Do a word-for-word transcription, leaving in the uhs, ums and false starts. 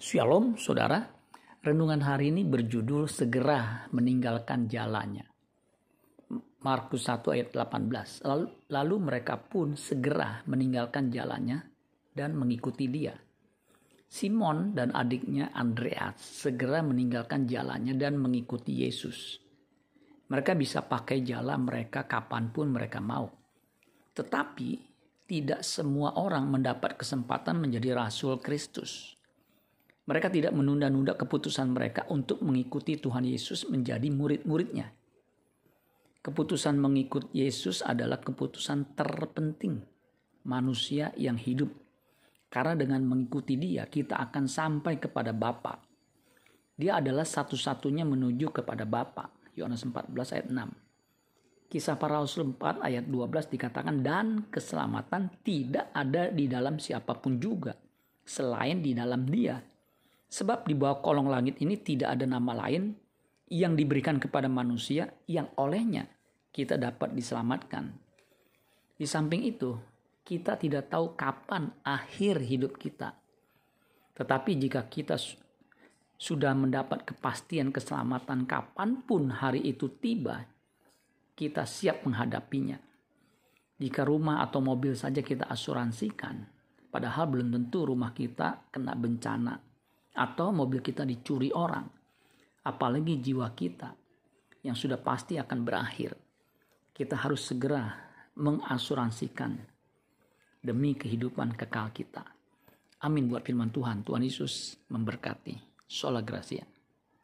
Shalom saudara, renungan hari ini berjudul segera meninggalkan jalannya. Markus satu ayat delapan belas. Lalu, lalu mereka pun segera meninggalkan jalannya dan mengikuti dia. Simon dan adiknya Andreas segera meninggalkan jalannya dan mengikuti Yesus. Mereka bisa pakai jalan mereka kapanpun mereka mau. Tetapi tidak semua orang mendapat kesempatan menjadi rasul Kristus. Mereka tidak menunda-nunda keputusan mereka untuk mengikuti Tuhan Yesus menjadi murid-muridnya. Keputusan mengikut Yesus adalah keputusan terpenting manusia yang hidup. Karena dengan mengikuti dia, kita akan sampai kepada Bapa. Dia adalah satu-satunya menuju kepada Bapa. Yohanes empat belas ayat enam. Kisah Para Rasul empat ayat dua belas dikatakan, dan keselamatan tidak ada di dalam siapapun juga selain di dalam dia. Sebab di bawah kolong langit ini tidak ada nama lain yang diberikan kepada manusia yang olehnya kita dapat diselamatkan. Di samping itu, kita tidak tahu kapan akhir hidup kita. Tetapi jika kita sudah mendapat kepastian keselamatan kapanpun hari itu tiba, kita siap menghadapinya. Jika rumah atau mobil saja kita asuransikan, padahal belum tentu rumah kita kena bencana atau mobil kita dicuri orang, apalagi jiwa kita yang sudah pasti akan berakhir. Kita harus segera mengasuransikan demi kehidupan kekal kita. Amin buat firman Tuhan. Tuhan Yesus memberkati. Sola Gracia.